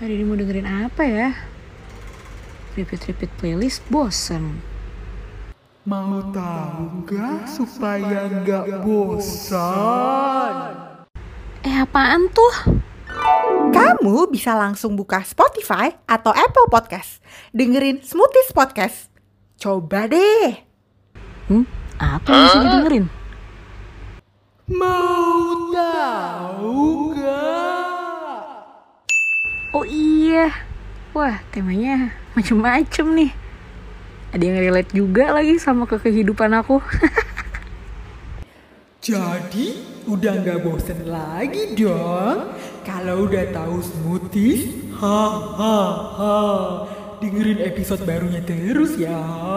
Hari ini mau dengerin apa ya? Repeat playlist bosen. Mau tahu nggak supaya nggak bosan? Apaan tuh? Kamu bisa langsung buka Spotify atau Apple Podcast. Dengerin Smoothies Podcast. Coba deh. Apa yang bisa didengerin? Mau tahu nggak? Oh iya. Wah, temanya macem-macem nih. Ada yang relate juga lagi sama kehidupan aku. Jadi udah nggak bosan lagi dong? Kalau udah tahu Smoothies, ha. Dengerin episode barunya terus ya.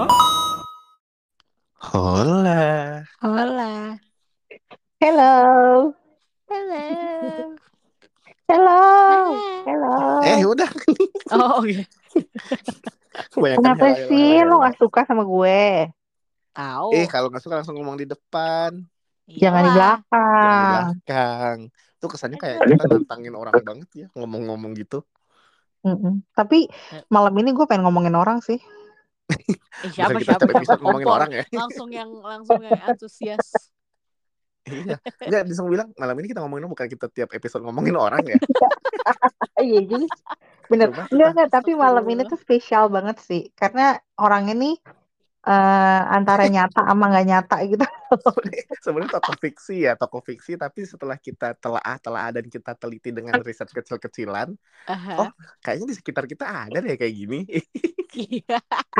Hola. Hola. Hello. Hello. Hello. Hai. Hello. Udah. Oh oke. Kebanyakan Kenapa sih lo gak suka sama gue? Tahu. Kalau nggak suka langsung ngomong di depan, Jangan di Iyalah. jangan di belakang. belakang. Tuh kesannya kayak Aduh. kita nantangin orang banget ya, ngomong-ngomong gitu. Tapi malam ini gue pengen ngomongin orang sih. Bukan kita tiap episode ngomongin orang ya. Langsung yang antusias. Iya. Enggak, diseng bilang malam ini kita ngomongin orang, bukan kita tiap episode ngomongin orang ya. Iya juga. Bener. Coba, Enggak. Tapi malam ini tuh spesial banget sih. Karena orang ini antara nyata sama gak nyata gitu. Sebenarnya tokoh fiksi, tapi setelah kita telah dan kita teliti dengan riset kecil-kecilan, oh kayaknya di sekitar kita ada deh kayak gini. Iya.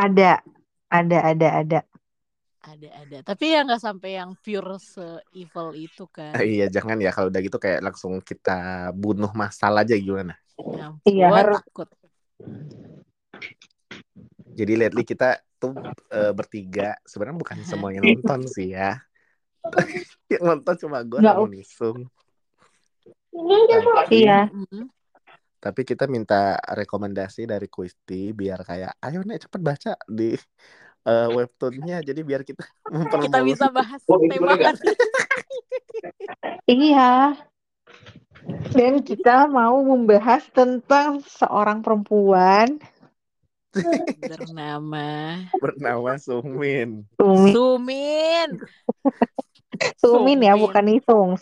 Ada. Ada. Tapi ya nggak sampai yang pure se-evil itu kan. Iya, jangan ya, kalau udah gitu kayak langsung kita bunuh massal aja gimana? Iya, harus. Takut. Jadi lately kita tuh bertiga, sebenarnya bukan semua yang nonton sih ya. Yang nonton cuma gue sama Nisung. Iya. Tapi kita minta rekomendasi dari Kuisti biar kayak, ayo nek cepet baca di webtoonnya, jadi biar kita kita bisa bahas tema hari. Iya. Dan kita mau membahas tentang seorang perempuan bernama Sumin. Sumin ya, bukan Nisung.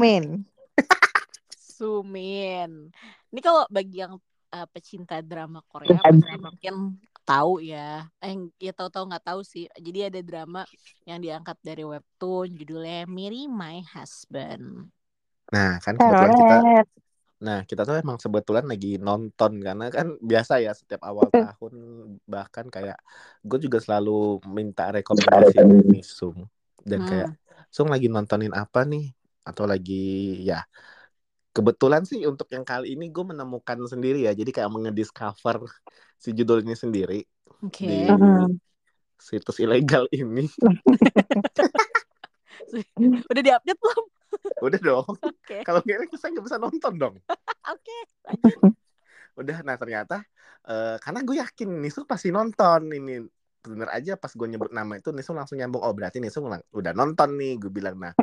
Sumin. Ini kalau bagi yang pecinta drama Korea mungkin tahu ya. Tahu nggak tahu sih. Jadi ada drama yang diangkat dari webtoon judulnya Marry My Husband. Nah, kan kebetulan kita tuh emang sebetulan lagi nonton, karena kan biasa ya setiap awal tahun, bahkan kayak gue juga selalu minta rekomendasi Nisung, dan kayak Sung lagi nontonin apa nih, atau lagi ya kebetulan sih untuk yang kali ini gue menemukan sendiri ya, jadi kayak mengediscover si judul ini sendiri di situs ilegal ini. Udah diupdate belum? Udah dong. Kalau nggak saya nggak bisa nonton dong. Lanjut. Udah, nah ternyata karena gue yakin Nisung pasti nonton ini. Bener aja pas gue nyebut nama itu Nisung langsung nyambung, oh berarti Nisung udah nonton nih, gue bilang. Nah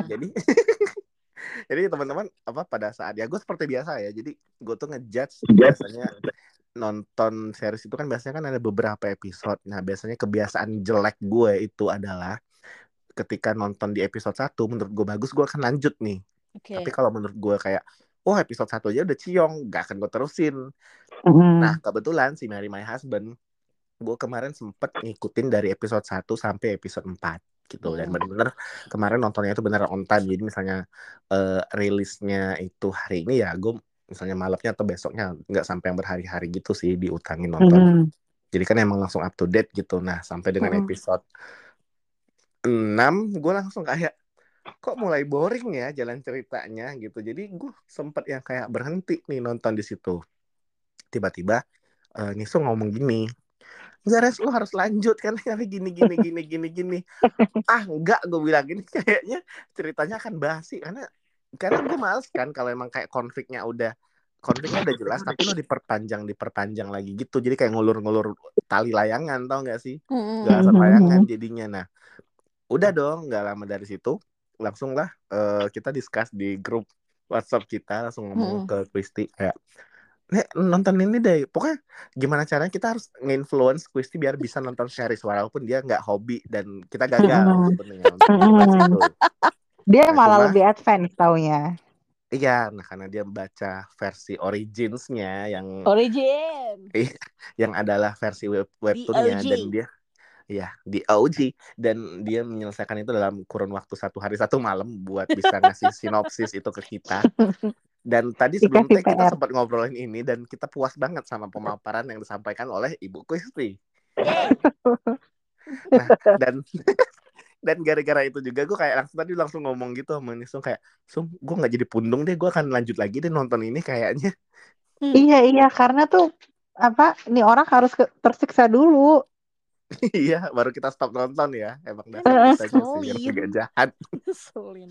jadi teman-teman pada saat ya gue seperti biasa ya, jadi gue tuh ngejudge biasanya nonton series itu kan biasanya kan ada beberapa episode. Nah biasanya kebiasaan jelek gue itu adalah ketika nonton di episode 1 menurut gue bagus, gue akan lanjut nih. Tapi kalau menurut gue kayak episode 1 aja udah ciong, gak akan gue terusin. Nah kebetulan si Marry My Husband gue kemarin sempet ngikutin dari episode 1 sampai episode 4 gitu. Dan bener-bener kemarin nontonnya itu beneran on time. Jadi misalnya rilisnya itu hari ini ya, gue misalnya malamnya atau besoknya, gak sampai yang berhari-hari gitu sih diutangin nonton. Jadi kan emang langsung up to date gitu. Nah sampai dengan episode 6 gue langsung kayak, kok mulai boring ya jalan ceritanya gitu. Jadi gue sempet yang kayak berhenti nih nonton di situ. Tiba-tiba Nisung ngomong gini, enggak Res, lu harus lanjut kan gini. Enggak, gue bilang gini, kayaknya ceritanya akan basi, karena gue males kan kalau emang kayak konfliknya udah jelas tapi lo diperpanjang lagi gitu. Jadi kayak ngulur-ngulur tali layangan, tau gak sih? Gak layangan jadinya. Nah udah dong, gak lama dari situ langsung lah kita discuss di grup WhatsApp kita, langsung ngomong ke Kristi kayak, Nonton ini deh. Pokoknya gimana caranya kita harus nge-influence Christy biar bisa nonton series walaupun dia nggak hobi dan kita gagal Mm-mm. sebenarnya untuk ngebahas Mm-mm. itu. Dia Nah malah cuma lebih advance taunya. iya, nah karena dia baca versi originsnya yang Origin. yang adalah versi The webtoonnya dan OG. dia ya di OG dan dia menyelesaikan itu dalam kurun waktu 1 hari 1 malam buat bisa ngasih sinopsis itu ke kita. Dan tadi sebelum Dikasih tag kita PR. sempat ngobrolin ini dan kita puas banget sama pemaparan yang disampaikan oleh Ibu Christy. Yay. Nah, dan dan gara-gara itu juga gue kayak langsung ngomong gitu sama Nisung kayak, Sung, gue nggak jadi pundung deh, gue akan lanjut lagi deh nonton ini kayaknya. Iya, karena tuh apa nih orang harus tersiksa dulu. Iya, baru kita stop nonton ya. Emang dasar Emang kitanya sih yang ngeselin. gak jahat Ngeselin.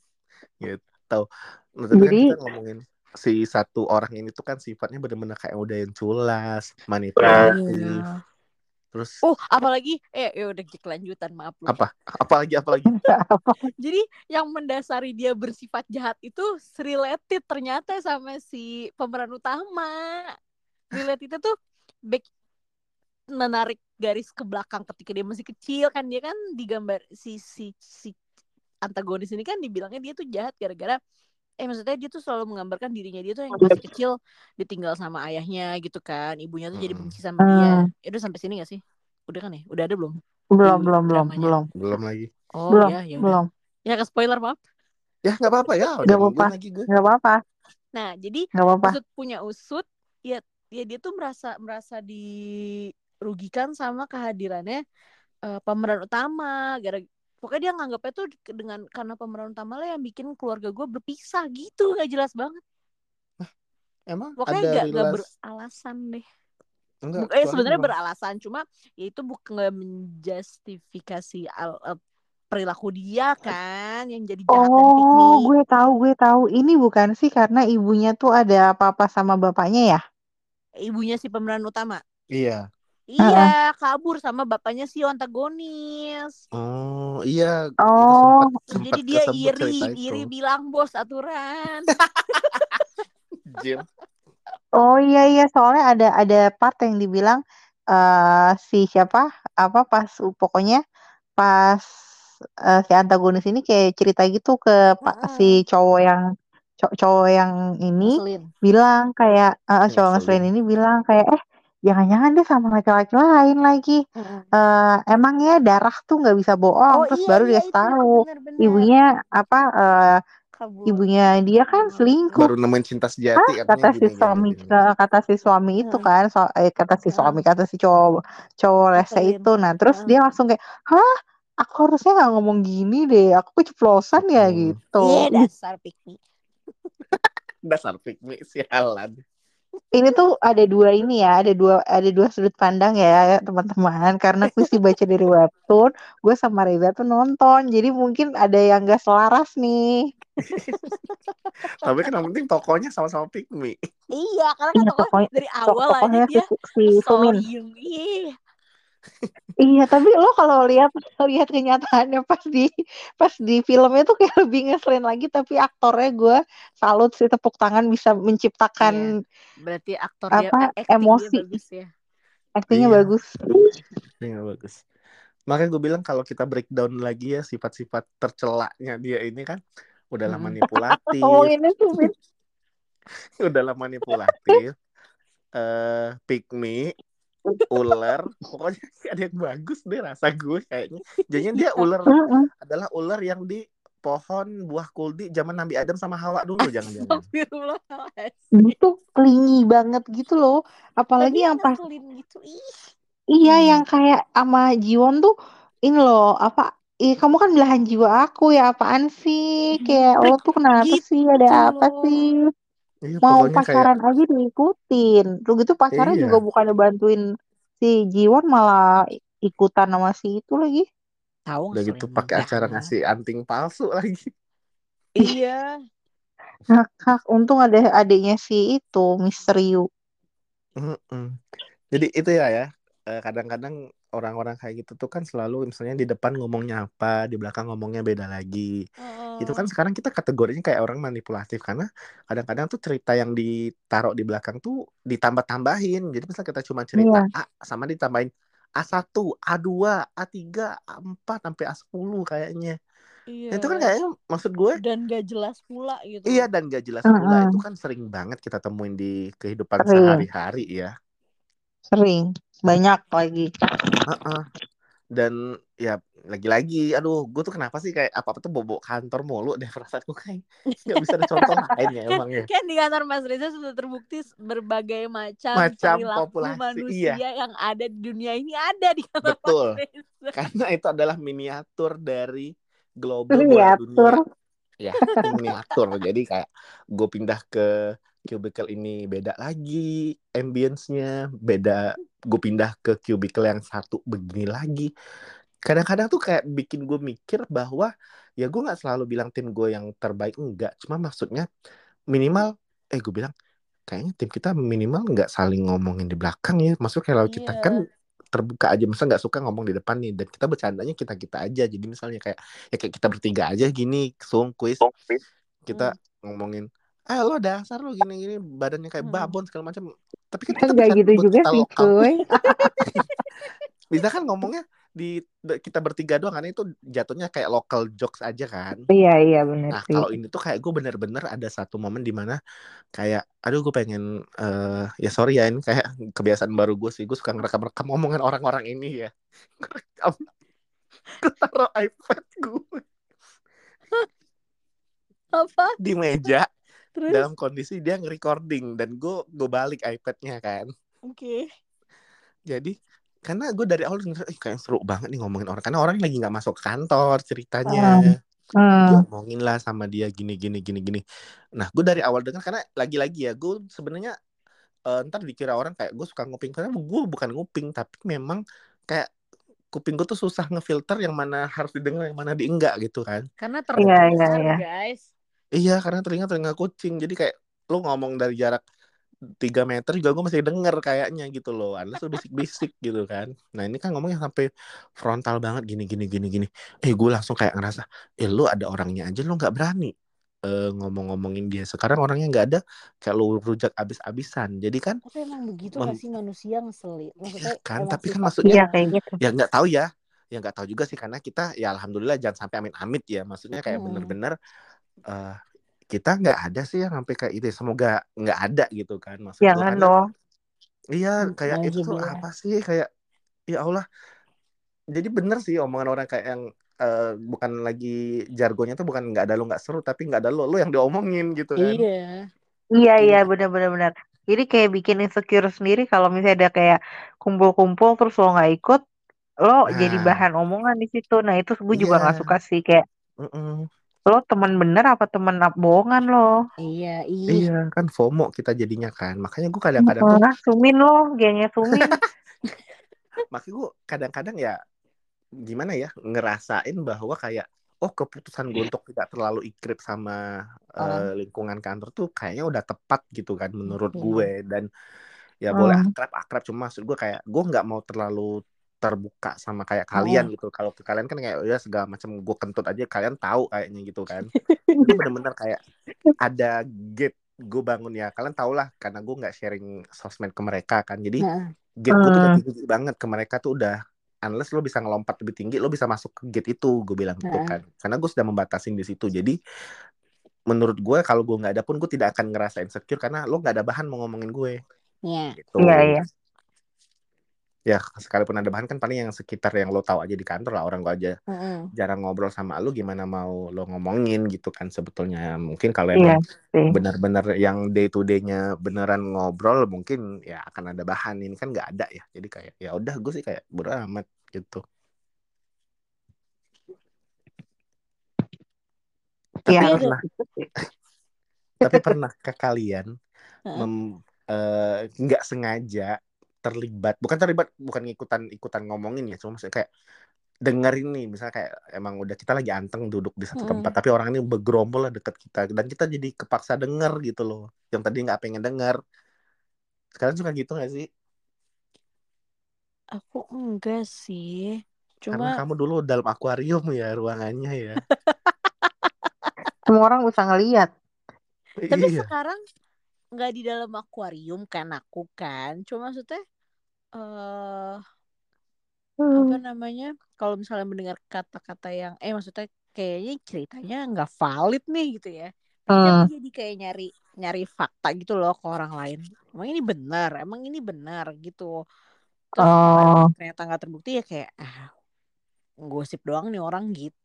gitu. Nah, tadi kan Jadi kita ngomongin si satu orang ini tuh kan sifatnya bener-bener kayak udah yang culas, manipulatif. Iya. Terus Oh, apalagi ya udah kelanjutan, maaf lu. apalagi Jadi yang mendasari dia bersifat jahat itu related ternyata sama si pemeran utama. Related itu tuh back menarik garis ke belakang ketika dia masih kecil kan, dia kan digambar si antagonis ini kan dibilangnya dia tuh jahat gara-gara maksudnya dia tuh selalu menggambarkan dirinya dia tuh yang masih kecil ditinggal sama ayahnya gitu kan, ibunya tuh jadi benci sama dia. Udah sampai sini gak sih? Udah kan ya? Udah ada belum belum di belum belum dramanya? belum belum lagi. Oh belum ya udah. belum Ya ke spoiler, maaf. Ya nggak apa-apa ya, udah nggak apa-apa nungguin lagi gue. nggak apa-apa Nah, jadi nggak apa-apa. usut punya usut, ya dia tuh merasa dirugikan sama kehadirannya pemeran utama. Pokoknya dia nganggapnya tuh karena pemeran utama lah yang bikin keluarga gue berpisah gitu, gak jelas banget. Emang Pokoknya ada gak relas beralasan deh. enggak kecuali Sebenarnya memang beralasan, cuma ya itu bukan menjustifikasi perilaku dia kan yang jadi jahat dan pick Oh, me. gue tahu. Ini bukan sih karena ibunya tuh ada apa-apa sama bapaknya ya? Ibunya si pemeran utama. iya. Iya, Heeh. kabur sama bapaknya si antagonis. Oh iya, itu sempat Oh, sempat Jadi dia kesebut cerita iri, itu. iri bilang bos aturan. Jim. oh iya, soalnya ada part yang dibilang si siapa apa pas pokoknya pas si antagonis ini kayak cerita gitu ke si Mm-mm. cowok yang ini Ngeselin. bilang kayak Yang cowok ngeselin ngeselin. ini bilang kayak jangan-jangan dia sama laki-laki lain lagi. Mm-mm. Emangnya darah tuh nggak bisa bohong, Oh terus iya baru iya dia itu tahu benar-benar ibunya apa kabur ibunya dia kan sama selingkuh. Baru nemuin cinta sejati katanya gini. Kata si suami itu Mm-mm. kan kata si suami Mm-mm. kata si cowok cowok rese Ngeselin. itu. Nah terus Mm-mm. dia langsung kayak hah, aku harusnya nggak ngomong gini deh, aku keceplosan ya gitu. Iya dasar pick me. Dasar pick me sialan. Ini tuh ada dua sudut pandang ya teman-teman, karena aku sih baca dari webtoon, gue sama Reza tuh nonton, jadi mungkin ada yang gak selaras nih. Tapi kan yang penting tokonya sama-sama pick me. Iya karena kan Iya tokonya dari awal aja tokohnya dia si Sumin. ngeselin. Iya. Iya, tapi lo kalau lihat lihat kenyataannya pas di filmnya tuh kayak lebih ngeselin lagi, tapi aktornya gue salut sih, tepuk tangan bisa menciptakan Iya. Berarti aktor dia acting dia emosi, bagus ya. aktingnya Iya, bagus. iya bagus. Makanya gue bilang kalau kita breakdown lagi ya sifat-sifat tercelaknya dia ini kan udahlah Mm-mm. manipulatif, Ngomonginnya Sumin. udahlah manipulatif, pick me, ular, pokoknya ada yang bagus deh rasa gue kayaknya. Jadinya dia Mm-mm. adalah ular yang di pohon buah kuldi zaman Nabi Adam sama Hawa dulu jangan-jangan. Astagfirullahaladzim. Itu klingi banget gitu loh, Tapi apalagi yang pas ngeselin gitu. Ih. iya yang kayak sama Jiwon tuh ini loh apa, kamu kan belahan jiwa aku ya, apaan sih, kayak lo Freak tuh kenapa sih, ada gitu apa loh. sih, Iya mau pokoknya kayak pacaran aja diikutin. Lu gitu pacarnya juga iya. bukan bantuin si Jiwon, malah ikutan sama si itu lagi. Tahu Udah gitu ngeselin pakai acara banget. ngasih anting palsu lagi. Iya. Hak untung ada adiknya si itu Misteriu. Mm-mm. Jadi itu ya. Kadang-kadang orang-orang kayak gitu tuh kan selalu misalnya di depan ngomongnya apa, di belakang ngomongnya beda lagi. Itu kan sekarang kita kategorinya kayak orang manipulatif karena kadang-kadang tuh cerita yang ditaruh di belakang tuh ditambah-tambahin. Jadi misalnya kita cuma cerita Iya. A sama ditambahin A1, A2, A3, A4 sampai A10 kayaknya. Nah, itu kan Iya. kayaknya maksud gue Dan gak jelas pula gitu. iya dan gak jelas pula. Itu Mm-mm. kan sering banget kita temuin di kehidupan Sering, sehari-hari ya. sering, banyak lagi. Heeh. Dan ya lagi-lagi aduh gue tuh kenapa sih kayak apa-apa tuh bobo kantor mulu deh perasaanku kayak nggak bisa ada contoh lain ya kan emang ya kan di kantor Mas Reza sudah terbukti berbagai macam macam perilaku populasi iya manusia yang ada di dunia ini ada di kantor Mas betul Reza. karena itu adalah miniatur dari global bola Miniatur. dunia ya miniatur jadi kayak gue pindah ke cubicle ini beda lagi ambience-nya beda gue pindah ke cubicle yang satu begini lagi kadang-kadang tuh kayak bikin gue mikir bahwa ya gue nggak selalu bilang tim gue yang terbaik enggak cuma maksudnya minimal gue bilang kayaknya tim kita minimal nggak saling ngomongin di belakang ya maksudnya kalau kita kan Iya. terbuka aja misalnya nggak suka ngomong di depan nih dan kita bercandanya kita kita aja jadi misalnya kayak ya kayak kita bertiga aja gini quiz kita ngomongin lo dasar lo gini-gini badannya kayak babon segala macam tapi kan kita Enggak bercanda gitu buat juga kita sih, lokal cuy. bisa kan ngomongnya kita bertiga doang kan itu jatuhnya kayak local jokes aja kan. Iya, iya bener Nah sih. kalau ini tuh kayak gue bener-bener ada satu momen di mana kayak aduh gue pengen ya sorry ya ini kayak kebiasaan baru gue sih gue suka ngerekam-rekam omongan orang-orang ini ya. Gue taruh iPad gue Apa? di meja Terus? dalam kondisi dia nge-recording dan gue balik iPad-nya kan. Oke. Jadi karena gue dari awal denger, kayak seru banget nih ngomongin orang karena orang lagi nggak masuk kantor ceritanya. Gue Hmm. omongin lah sama dia gini. Nah gue dari awal dengar karena lagi-lagi ya gue sebenarnya ntar dikira orang kayak gue suka nguping karena gue bukan nguping tapi memang kayak kuping gue tuh susah ngefilter yang mana harus didengar yang mana di enggak gitu kan. Karena Iya, terlalu iya, besar, iya. guys. Iya karena telinga kucing jadi kayak lu ngomong dari jarak 3 meter juga gue masih denger kayaknya gitu loh unless lu bisik-bisik gitu kan nah ini kan ngomongnya sampai frontal banget gini gue langsung kayak ngerasa lu ada orangnya aja lu nggak berani ngomong-ngomongin dia sekarang orangnya nggak ada kayak lu rujak abis-abisan jadi kan Tapi emang begitu gak sih manusia ngeselin? iya Maksudnya kan emang tapi kan sifatnya. maksudnya Iya kayak gitu. ya nggak tahu ya nggak tahu juga sih karena kita ya alhamdulillah jangan sampai amit-amit ya maksudnya kayak bener-bener uh, kita nggak ada sih yang sampai kayak itu semoga nggak ada gitu kan maksud gue Jangan karena dong. iya kayak itu tuh Nauzubillah. apa sih kayak ya Allah jadi bener sih omongan orang kayak yang bukan lagi jargonnya tuh bukan nggak ada lo nggak seru tapi nggak ada lo yang diomongin gitu kan Iya. Iya, iya iya benar-benar. Jadi kayak bikin insecure sendiri kalau misalnya ada kayak kumpul-kumpul terus lo nggak ikut, lo jadi nah bahan omongan di situ. Nah itu gue juga nggak iya suka sih kayak mm-mm. lo teman bener apa temen bohongan lo? Iya, ih. Iya kan FOMO kita jadinya kan makanya gue kadang-kadang tuh Sumin lo, gengnya Sumin. makanya gue kadang-kadang ya gimana ya ngerasain bahwa kayak oh keputusan gue untuk tidak terlalu ikrip sama Orang. lingkungan kantor tuh kayaknya udah tepat gitu kan menurut Iya. gue dan ya boleh Hmm. akrab cuma maksud gue kayak gue nggak mau terlalu terbuka sama kayak Heeh. kalian gitu kalau ke kalian kan kayak ya segala macam gue kentut aja kalian tahu kayaknya gitu kan ini bener-bener kayak ada gate gue bangun ya kalian tau lah karena gue nggak sharing sosmed ke mereka kan jadi Heeh. gate gue tuh udah tinggi banget ke mereka tuh udah unless lo bisa ngelompat lebih tinggi lo bisa masuk ke gate itu gue bilang gitu Heeh. kan karena gue sudah membatasin di situ jadi menurut gue kalau gue nggak ada pun gue tidak akan ngerasa insecure karena lo nggak ada bahan mau ngomongin gue Iya. gitu Iya, iya. ya sekalipun ada bahan kan paling yang sekitar yang lo tahu aja di kantor lah orang gue aja Heeh. jarang ngobrol sama lo gimana mau lo ngomongin gitu kan sebetulnya mungkin kalau Iya emang sih. benar-benar yang day to day-nya beneran ngobrol mungkin ya akan ada bahan ini kan nggak ada ya jadi kayak ya udah gue sih kayak bodo amat gitu Iya tapi Tapi harus ada. pernah gitu sih. tapi pernah ke kalian Heeh. nggak sengaja terlibat bukan ikutan ngomongin ya cuma maksudnya kayak dengerin nih misalnya kayak emang udah kita lagi anteng duduk di satu tempat Heeh. tapi orang ini bergerombol lah deket kita dan kita jadi kepaksa denger gitu loh yang tadi nggak pengen denger sekarang suka gitu nggak sih Aku enggak sih. karena Cuma kamu dulu dalam akuarium ya ruangannya ya Semua orang bisa ngelihat. Tapi Iya. sekarang nggak di dalam akuarium kan aku kan. Cuma maksudnya eh apa namanya? Kalau misalnya mendengar kata-kata yang maksudnya kayaknya ceritanya nggak valid nih gitu ya. Pasti aku Hmm. jadi kayak nyari nyari fakta gitu loh ke orang lain. Emang ini benar gitu. Terus karena Oh, ternyata nggak terbukti ya kayak gosip doang nih orang gitu.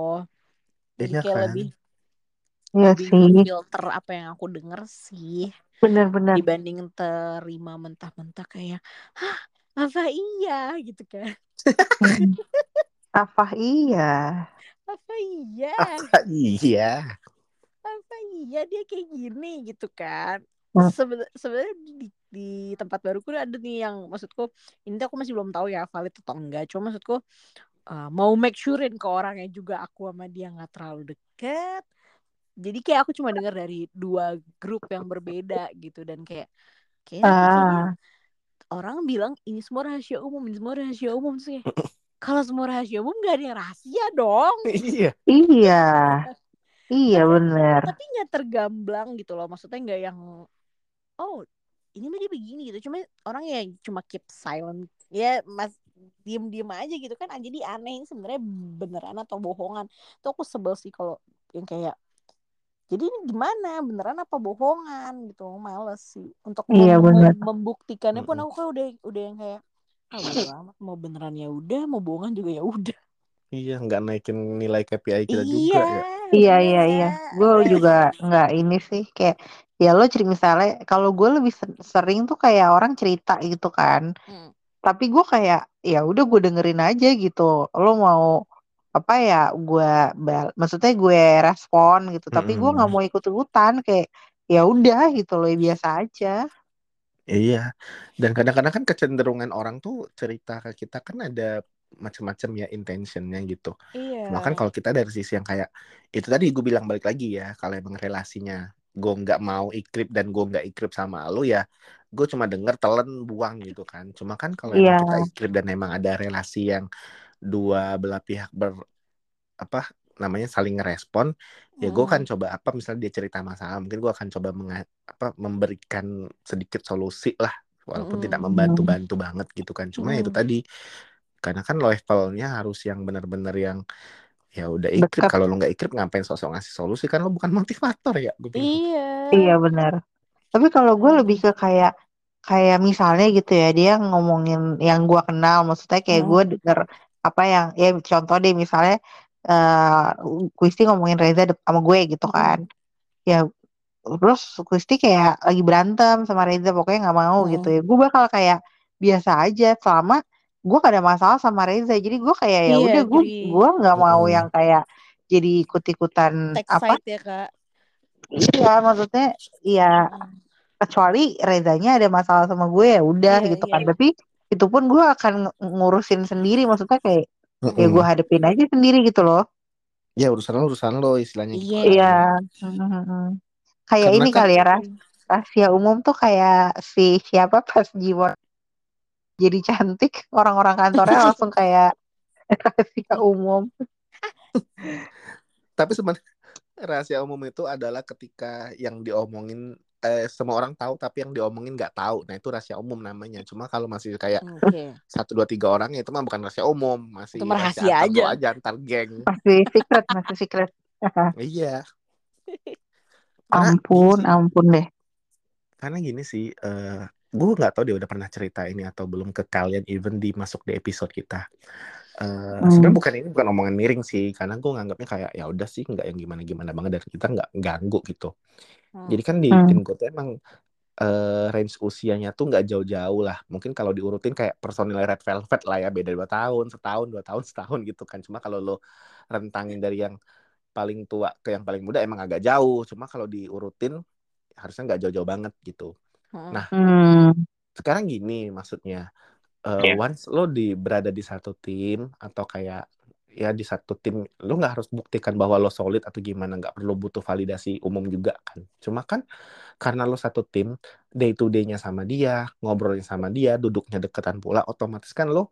Jadi Iya kayak kan. lebih iya lebih sih. ngefilter apa yang aku denger sih Benar-benar. dibanding terima mentah-mentah kayak hah apa iya gitu kan. Hmm. Apa iya? Apa iya Apa iya? apa iya dia kayak gini gitu kan. Hmm. Sebenarnya di tempat baruku ada nih yang maksudku ini tuh aku masih belum tahu ya valid atau enggak, cuma maksudku mau make surein ke orangnya juga aku sama dia nggak terlalu deket. Jadi kayak aku cuma dengar dari dua grup yang berbeda gitu dan kayaknya tapi kayaknya Ah, orang bilang ini semua rahasia umum, ini semua rahasia umum sih. Kalau semua rahasia umum gak ada yang rahasia dong. Iya. iya. Iya tapi benar. tapi nggak tergamblang gitu loh, maksudnya nggak yang oh ini mah dia begini gitu, cuma orang ya cuma keep silent ya mas, diem aja gitu kan. Jadi aneh ini sebenarnya beneran atau bohongan. Tuh aku sebel sih kalau yang kayak jadi ini gimana beneran apa bohongan gitu. Males sih untuk Iya benar. membuktikannya pun Mm-mm. aku kan udah yang kayak bodo amat, mau beneran ya udah, mau bohongan juga ya udah. Iya, nggak naikin nilai KPI kita juga Iya ya. Iya bener iya iya. gak. Gue juga nggak ini sih kayak ya lo cerita misalnya kalau gue lebih sering tuh kayak orang cerita gitu kan. Tapi gue kayak ya udah gue dengerin aja gitu. Lo mau apa ya gue maksudnya gue respon gitu. Tapi gue nggak Mm-mm. mau ikut-ikutan kayak ya udah gitu loh ya biasa aja. Iya, dan kadang-kadang kan kecenderungan orang tuh cerita ke kita kan ada macam-macam ya intentionnya gitu. Cuma kan Iya. kalau kita dari sisi yang kayak itu tadi gue bilang balik lagi ya, kalau emang relasinya gue nggak mau ikrip dan gue nggak ikrip sama lu ya, gue cuma denger telan buang gitu kan. Cuma kan kalau emang kita Iya. ikrip dan emang ada relasi yang dua belah pihak apa namanya saling ngerespon, ya gue akan Mm-mm. coba apa misalnya dia cerita masalah, mungkin gue akan coba memberikan sedikit solusi lah, walaupun tidak Mm-mm. Hmm. membantu-bantu banget gitu kan. Cuma itu Mm-mm. tadi karena kan levelnya harus yang benar-benar yang ya udah ikrip, Deket. kalau lo nggak ikrip ngapain sosok ngasih solusi, kan lo bukan motivator ya, gue bilang. Iya. Iya benar. Tapi kalau gue lebih Mm-mm. ke kayak kayak misalnya gitu ya dia ngomongin yang gue kenal, maksudnya kayak gue Mm-mm. denger apa yang ya contoh deh misalnya Kristi ngomongin Reza sama gue gitu kan. Mm-mm. Ya terus Kristi kayak lagi berantem sama Reza pokoknya nggak mau gitu Mm-mm. ya. Gue bakal kayak biasa aja selama gue gak ada masalah sama Reza. Jadi gue kayak ya Iya udah gue agree. nggak mau yang Mm-mm. kayak jadi ikut-ikutan Take apa. side ya kak. Iya maksudnya ya Mm-mm. kecuali Rezanya ada masalah sama gue ya udah Iya gitu iya. kan, tapi itu pun gue akan ngurusin sendiri, maksudnya kayak ya gue Mm-mm. hadepin aja sendiri gitu loh. Ya urusan lo istilahnya gitu Iya. Iya. kan. Mhm. Kayak Karena ini kan kali ya Agree. rahasia umum tuh kayak si siapa pas Jiwon jadi cantik orang-orang kantornya langsung kayak rahasia umum. tapi sebenarnya rahasia umum itu adalah ketika yang diomongin semua orang tahu tapi yang diomongin nggak tahu. Nah itu rahasia umum namanya. Cuma kalau masih kayak Oke. satu dua tiga orang ya itu mah bukan rahasia umum, Itu masih rahasia rahasia antar lo aja. aja, antar geng. Masih secret, masih secret. Iya, karena gini Ampun sih, ampun deh. gue nggak tahu dia udah pernah cerita ini atau belum ke kalian, even di masuk di episode kita. Hmm. Sebenarnya bukan omongan miring sih, karena gue nganggapnya kayak ya udah sih nggak yang gimana gimana banget dan kita nggak ganggu gitu. Hmm. Jadi kan di Hmm. tim gue tuh emang range usianya tuh nggak jauh-jauh lah. Mungkin kalau diurutin kayak personil Red Velvet lah ya, beda 2 tahun, setahun, 2 tahun, setahun gitu kan. Cuma kalau lo rentangin dari yang paling tua ke yang paling muda emang agak jauh. Cuma kalau diurutin harusnya nggak jauh-jauh banget gitu. Hmm. Nah, Hmm. sekarang gini maksudnya, Ya. once lo berada di satu tim atau kayak ya di satu tim, lo nggak harus buktikan bahwa lo solid atau gimana, nggak perlu butuh validasi umum juga kan. Cuma kan karena lo satu tim, day to day-nya sama dia, ngobrolnya sama dia, duduknya deketan pula, otomatis kan lo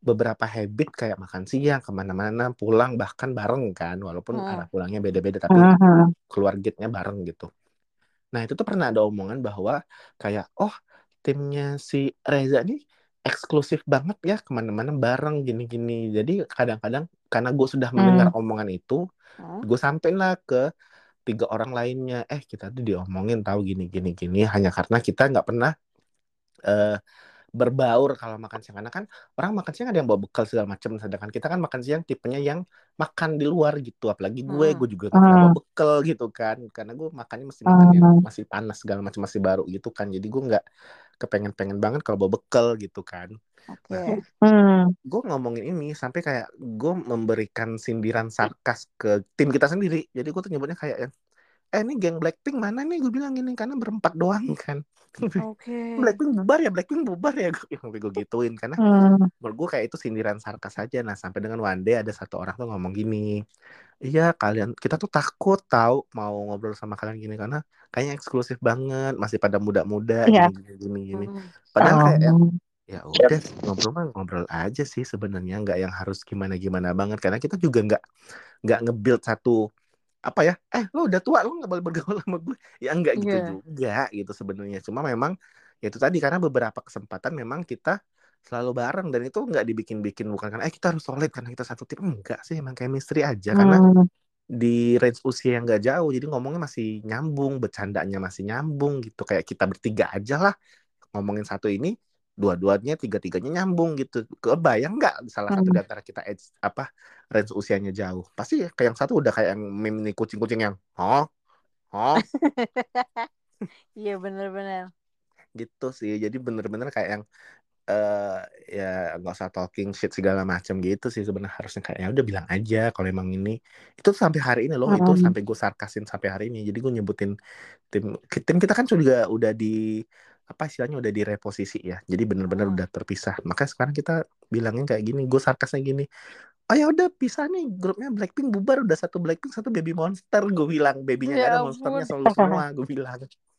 beberapa habit kayak makan siang, kemana-mana, pulang bahkan bareng kan, walaupun arah pulangnya beda-beda tapi keluar gate-nya bareng gitu. Nah itu tuh pernah ada omongan bahwa kayak timnya si Reza nih eksklusif banget ya kemana-mana bareng gini-gini. Jadi kadang-kadang karena gue sudah mendengar omongan itu, gue sampein lah ke 3 orang lainnya, kita tuh diomongin tahu gini-gini gini hanya karena kita nggak pernah eh, berbaur kalau makan siang, karena kan orang makan siang ada yang bawa bekal segala macam, sedangkan kita kan makan siang tipenya yang makan di luar gitu, apalagi gue juga nggak pernah bawa bekal gitu kan, karena gue makannya mesti makan yang masih panas segala macam, masih baru gitu kan, jadi gue nggak kepengen banget kalau bawa bekal gitu kan. Nah, gue ngomongin ini sampai kayak gue memberikan sindiran sarkas ke tim kita sendiri, jadi gue tuh nyebutnya kayak ini geng Blackpink mana nih, gue bilang gini karena berempat doang kan. Blackpink bubar ya gue gituin karena menurut gue kayak itu sindiran sarkas aja. Nah sampai dengan one day ada satu orang tuh ngomong gini, iya kita tuh takut tahu mau ngobrol sama kalian gini karena kayaknya eksklusif banget, masih pada muda-muda gini. Padahal kayak ya udah ngobrol aja sih sebenarnya, nggak yang harus gimana banget, karena kita juga nggak nge-build satu apa ya, lo udah tua lo nggak boleh bergaul sama gue ya, enggak gitu juga gitu sebenarnya. Cuma memang ya itu tadi, karena beberapa kesempatan memang kita selalu bareng dan itu nggak dibikin-bikin, bukan karena kita harus solid karena kita satu tim, enggak sih, emang chemistry aja karena di range usia yang nggak jauh, jadi ngomongnya masih nyambung, bercandanya masih nyambung gitu, kayak kita bertiga aja lah ngomongin satu ini, dua-duanya tiga-tiganya nyambung gitu. Kebayang nggak salah satu di antara kita range usianya jauh, pasti kayak yang satu udah kayak yang meme nih, kucing-kucing yang Iya benar-benar gitu sih. Jadi bener-bener kayak yang ya nggak usah talking shit segala macam gitu sih sebenarnya, harusnya kayak ya udah bilang aja kalau emang ini itu sampai hari ini loh, itu sampai gue sarkasin sampai hari ini. Jadi gue nyebutin tim kita kan juga udah di apa istilahnya, udah direposisi ya, jadi bener-bener udah terpisah. Makanya sekarang kita bilangin kayak gini, gue sarkasnya gini, oh ya udah pisah nih, grupnya Blackpink bubar, udah satu Blackpink satu Baby Monster, gue bilang babynya nggak ya ada, monsternya selalu semua, gue bilang.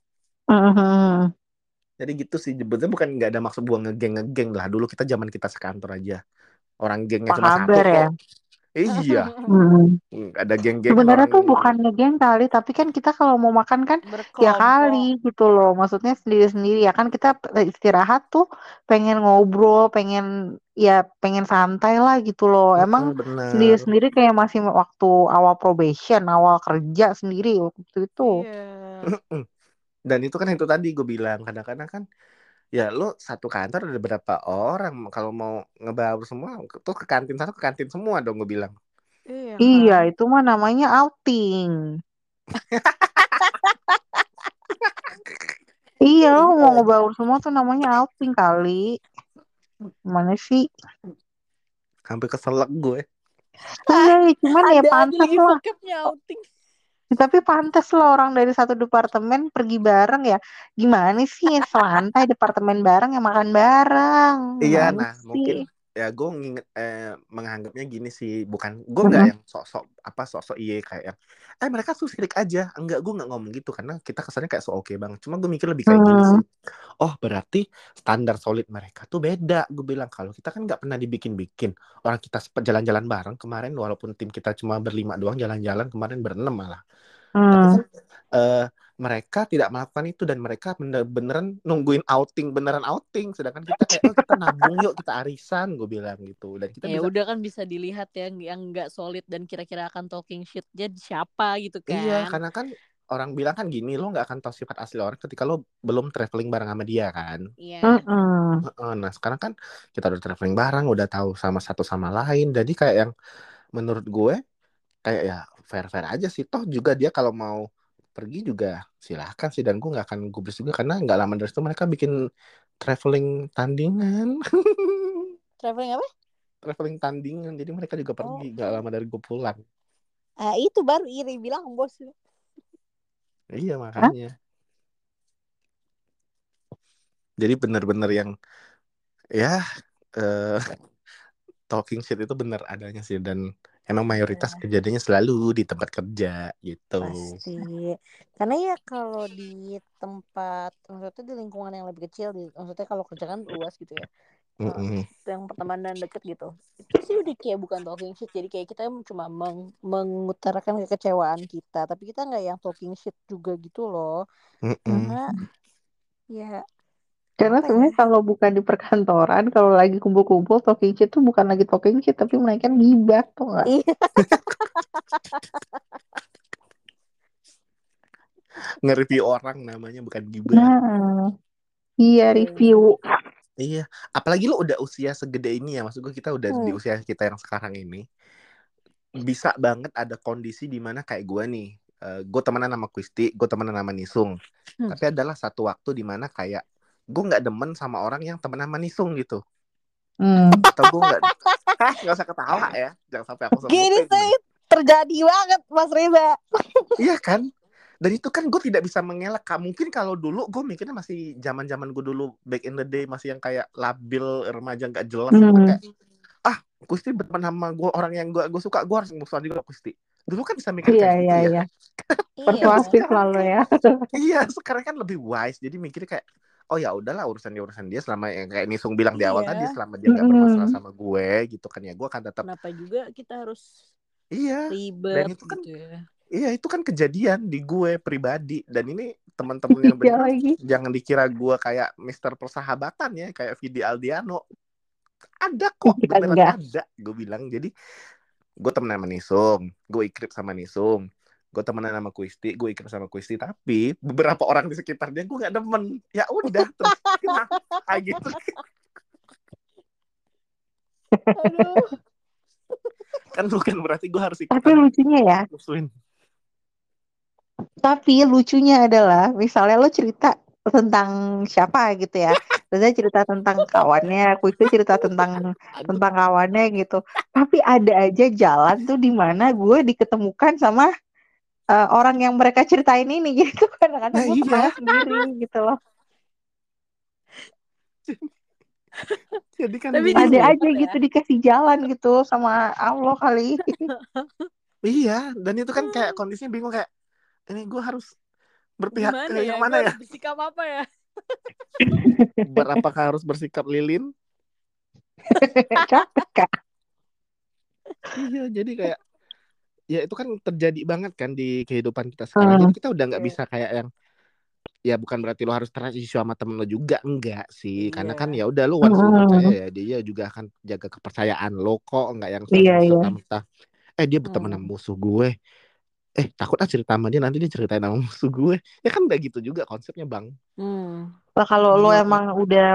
Jadi gitu sih, sebetulnya bukan nggak ada maksud gua ngegeng lah, dulu kita zaman kita sekantor aja orang gengnya Apa cuma satu kabar ya? kok. Iya, ada geng-gengan Sebenarnya orang. tuh bukan ngegeng kali, tapi kan kita kalau mau makan kan ya kali berkelompok. gitu loh. Maksudnya sendiri-sendiri ya kan, kita istirahat tuh pengen ngobrol, pengen santai lah gitu loh. Emang Bener. sendiri-sendiri kayak masih waktu awal probation, awal kerja sendiri waktu itu. Iya. Dan itu kan itu tadi gue bilang, kadang-kadang kan ya lo satu kantor ada berapa orang, kalau mau ngebaur semua tuh ke kantin satu, ke kantin semua dong, gue bilang. Iya Iya, kan. itu mah namanya outing. Iya, lo mau Iya. ngebaur semua tuh namanya outing kali. Mana sih? Sampai keselak gue. Enggak, ya, cuman ya Ada aja pantas lagi lah. vocabnya outing. Tapi pantas lah orang dari satu departemen pergi bareng ya. Gimana sih ya, selantai departemen bareng ya makan bareng. Iya, Gimana nah sih? mungkin ya gue menganggapnya gini sih, bukan gue nggak yang sok-sok iye kayak yang mereka tuh sirik aja, enggak, gue nggak ngomong gitu karena kita kesannya kayak so oke banget. Cuma gue mikir lebih kayak gini sih, oh berarti standar solid mereka tuh beda. Gue bilang kalau kita kan nggak pernah dibikin-bikin, orang kita sempat jalan-jalan bareng kemarin, walaupun tim kita cuma berlima doang, jalan-jalan kemarin berenam malah. Tapi kan mereka tidak melakukan itu, dan mereka beneran nungguin beneran outing, sedangkan kita kayak kita nabung yuk, kita arisan, gue bilang gitu. Dan kita Ya bisa, udah kan bisa dilihat ya yang nggak solid dan kira-kira akan talking shit jadi siapa gitu iya, kan. karena kan orang bilang kan gini, lo nggak akan tahu sifat asli orang ketika lo belum traveling bareng sama dia kan. Iya. Nah sekarang kan kita udah traveling bareng, udah tahu sama satu sama lain, jadi kayak yang menurut gue kayak ya fair-fair aja sih. Toh juga dia kalau mau pergi juga silahkan sih, dan gue nggak akan gubris juga karena nggak lama dari itu mereka bikin traveling tandingan. Traveling apa? Traveling tandingan, jadi mereka juga pergi nggak lama dari gue pulang. Itu baru iri bilang bos. Iya makanya, jadi bener-bener yang ya talking shit itu bener adanya sih, dan emang mayoritas Iya, kejadiannya selalu di tempat kerja gitu. pasti. Karena ya kalau di tempat, maksudnya di lingkungan yang lebih kecil, maksudnya kalau kerja kan luas gitu ya. Mm-mm. Yang pertemanan deket gitu. Itu sih udah kayak bukan talking shit. Jadi kayak kita cuma mengutarakan kekecewaan kita. Tapi kita nggak yang talking shit juga gitu loh. Mm-mm. Karena ya Karena apa ya? sebenarnya kalau bukan di perkantoran, kalau lagi kumpul-kumpul talking shit tuh bukan lagi talking shit tapi melainkan gibah tuh nggak? Iya. Nge-review orang namanya, bukan gibah. Nah, iya Iya, review. Iya, apalagi lo udah usia segede ini ya, maksud gue kita udah di Hmm. usia kita yang sekarang ini, bisa banget ada kondisi di mana kayak gue nih, gue temenan sama Kristi, gue temenan sama Nisung, tapi adalah satu waktu di mana kayak gue nggak demen sama orang yang temenan sama Nisung gitu, atau gue nggak usah ketawa ya, jangan sampai aku Gini sebutin sih nih. terjadi banget Mas Reza. Iya kan? Dan itu kan gue tidak bisa mengelak. Mungkin kalau dulu gue mikirnya masih zaman gue dulu back in the day, masih yang kayak labil remaja nggak jelas itu kan, kayak Kusti berteman sama gue, orang yang gue suka, gue harus musuhan juga Kusti. Dulu kan bisa mikir Iya kayak gitu iya ya. iya. Iya. Kalau Persuasif sekarang lalu kan, ya. iya sekarang kan lebih wise. Jadi mikir kayak, oh ya udahlah, urusan dia selama yang kayak Nisung bilang di awal tadi, Iya. selama dia nggak bermasalah Mm-mm. sama gue gitu kan, ya gue akan tetap. Kenapa juga kita harus Iya. Dan ribet itu kan, gitu ya? iya itu kan kejadian di gue pribadi. Dan ini teman-teman yang Iya dengar lagi. jangan dikira gue kayak Mister Persahabatan ya, kayak Vidi Aldiano. Ada kok, Kita beneran enggak. ada. Gue bilang, jadi gue temenan sama Nisung, gue ikrip sama Nisung, gue temenan sama Kuisti, gue ikrip sama Kuisti, tapi beberapa orang di sekitarnya gue nggak demen. Ya udah, terus kenapa gitu? Aduh. Kan bukan berarti gue harus Tapi ikutan lucunya ya. musuhin. Tapi lucunya adalah misalnya lo cerita tentang siapa gitu ya. Terus cerita tentang kawannya, Kuisti cerita tentang Aduh. kawannya gitu. Tapi ada aja jalan tuh di mana gue diketemukan sama orang yang mereka ceritain ini gitu. Kadang-kadang Nah gue iya, ketawa sendiri gitu loh. jadi kan Tapi Ada bingung. aja gitu dikasih jalan gitu sama Allah kali. Iya, dan itu kan kayak kondisinya bingung, kayak ini gue harus berpihak gimana ke ya? yang Gue mana ya? harus bersikap apa ya? Apakah harus bersikap lilin? Capek Kak. Iya, jadi kayak ya itu kan terjadi banget kan di kehidupan kita sekarang. Jadi kita udah nggak bisa kayak yang, ya bukan berarti lo harus trust issue sama temen lo juga, enggak sih, karena kan Iya. ya udah lo once lo percaya ya dia juga akan jaga kepercayaan lo kok, enggak yang Iya iya. serta-merta dia berteman sama musuh gue, takut cerita sama dia nanti dia ceritain sama musuh gue, ya kan udah gitu juga konsepnya bang. Lah kalau lo Gila. emang udah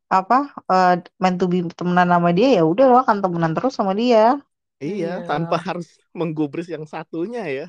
meant to be temenan sama dia ya udah lo akan temenan terus sama dia. Iya, tanpa harus menggubris yang satunya ya.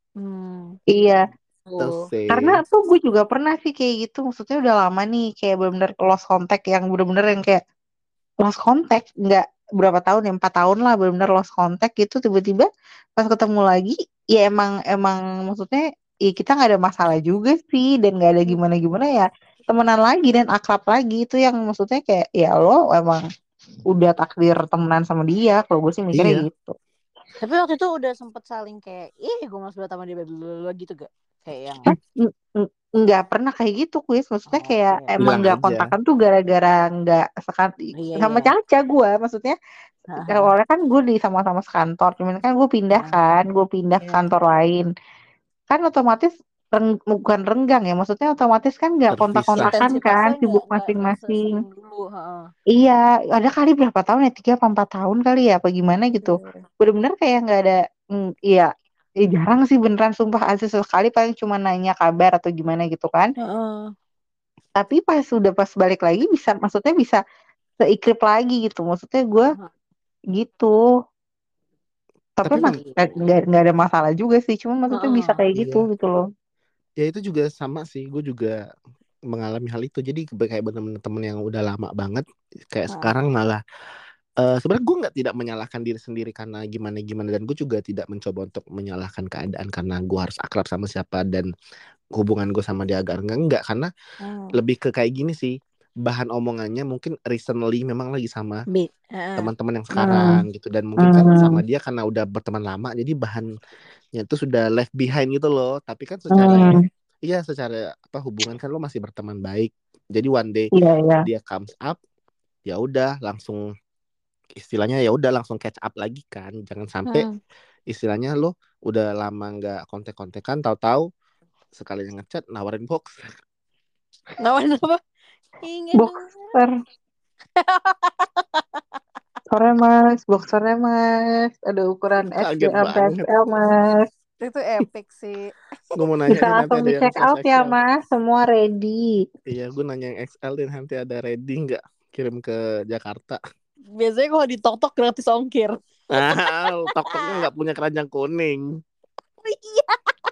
Iya. Terus Karena tuh gue juga pernah sih kayak gitu. Maksudnya udah lama nih kayak bener-bener lost contact yang bener-bener yang kayak lost contact nggak berapa tahun ya 4 tahun lah bener-bener lost contact gitu tiba-tiba pas ketemu lagi ya emang emang maksudnya ya kita nggak ada masalah juga sih dan nggak ada gimana-gimana ya temenan lagi dan akrab lagi itu yang maksudnya kayak ya lo emang udah takdir temenan sama dia kalau gue sih mikirnya iya. gitu. Tapi waktu itu udah sempet saling kayak, gue masih suka sama dia bla gitu gak? Kayak yang Nggak pernah kayak gitu kuis maksudnya kayak Oke. emang Bilang nggak aja. kontakan tuh gara-gara nggak sekali Iya, sama iya. Caca gue maksudnya awalnya kan gue di sama-sama sekantor cuman kan gue pindah ke Iya. kantor lain kan otomatis bukan renggang ya maksudnya otomatis kan nggak Terpisah. kontak-kontakan kan Intensitasnya sibuk nggak masing-masing. sesering dulu. Iya ada kali berapa tahun ya 3 apa 4 tahun kali ya apa gimana gitu Iya. bener-bener kayak nggak ada iya jarang sih beneran sumpah asli sekali paling cuma nanya kabar atau gimana gitu kan. Tapi pas balik lagi bisa maksudnya bisa seikrip lagi gitu maksudnya gue gitu tapi Tapi emang nggak ada masalah juga sih cuma maksudnya bisa kayak gitu iya. gitu loh. Ya itu juga sama sih, gue juga mengalami hal itu. Jadi kayak bener-bener temen yang udah lama banget, kayak sekarang malah sebenarnya gue tidak menyalahkan diri sendiri karena gimana dan gue juga tidak mencoba untuk menyalahkan keadaan karena gue harus akrab sama siapa dan hubungan gue sama dia agar enggak karena lebih ke kayak gini sih. bahan omongannya mungkin recently memang lagi sama teman-teman yang Hmm. sekarang gitu, dan mungkin kan sama Hmm. dia karena udah berteman lama jadi bahannya itu sudah left behind gitu loh, tapi kan secara Hmm. secara apa hubungan kan lo masih berteman baik, jadi one day Iya, iya. dia comes up, ya udah langsung istilahnya ya udah langsung catch up lagi kan, jangan sampai istilahnya lo udah lama nggak kontek-kontekan, tahu-tahu sekalinya ngechat nawarin box. Nawarin apa? Ingin Boxer. Sore mas, boxernya mas. Ada ukuran SD Kaget sampai banget. XL mas. itu epic sih. Gue mau nanya Bisa nih nanti langsung ada di yang check size out ya XL. mas, semua ready. Iya, gue nanya yang XL dan nanti ada ready nggak kirim ke Jakarta. Biasanya kalau di tok-tok gratis ongkir. Tok-toknya nggak punya keranjang kuning. Iya.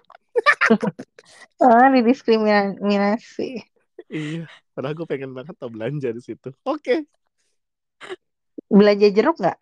Didiskriminasi. Iya, padahal gue pengen banget tau belanja di situ. Oke. Belanja jeruk nggak?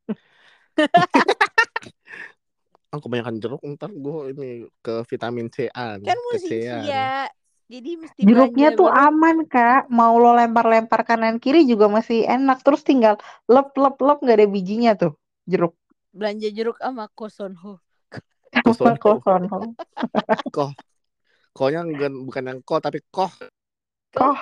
Kebanyakan jeruk ntar gue ini ke vitamin C-an, Kan kecean. musiknya. Jadi mesti Jeruknya belanja tuh baru. aman kak, mau lo lempar-lempar kanan kiri juga masih enak. Terus tinggal lep nggak ada bijinya tuh jeruk. Belanja jeruk sama Kosonho. Kosong. Kosong. Koh. Kohnya bukan yang koh tapi koh. Koh.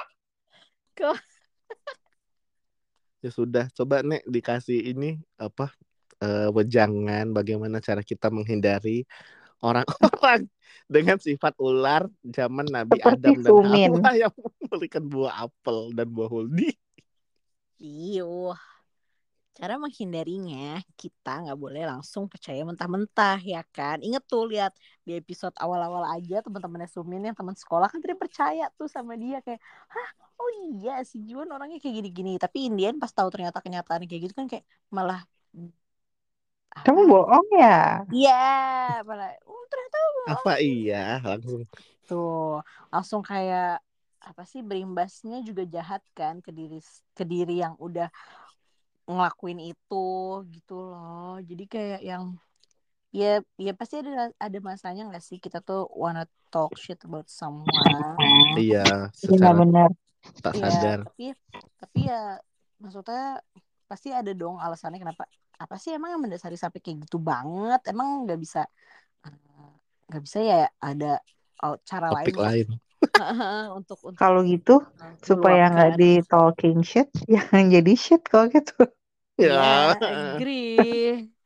Ya sudah, coba Nek dikasih ini apa wejangan bagaimana cara kita menghindari orang-orang dengan sifat ular zaman Nabi Seperti Adam dan Sumin. Hawa yang memberikan buah apel dan buah huldi. Iyo. Cara menghindarinya, kita nggak boleh langsung percaya mentah-mentah ya kan. Ingat tuh lihat di episode awal-awal aja teman-temannya Sumin yang teman sekolah kan tadi percaya tuh sama dia kayak, hah, oh iya si Juan orangnya kayak gini-gini. Tapi Indian pas tahu ternyata kenyataan kayak gitu kan kayak malah Kamu bohong ya? Iya, malah ternyata Apa iya langsung tuh langsung kayak apa sih berimbasnya juga jahat kan ke diri yang udah ngelakuin itu gitu loh. Jadi kayak yang ya pasti ada masanya nggak sih kita tuh wanna talk shit about someone. iya Benar secara benar. tak Ya, sadar. tapi ya maksudnya pasti ada dong alasannya kenapa. Apa sih emang yang mendasari sampai kayak gitu banget? Emang nggak bisa ya ada cara lain Topik lain. untuk Kalau gitu supaya nggak meluapkan. di talking shit, jangan jadi shit kalau gitu. Ya, Ya. agree.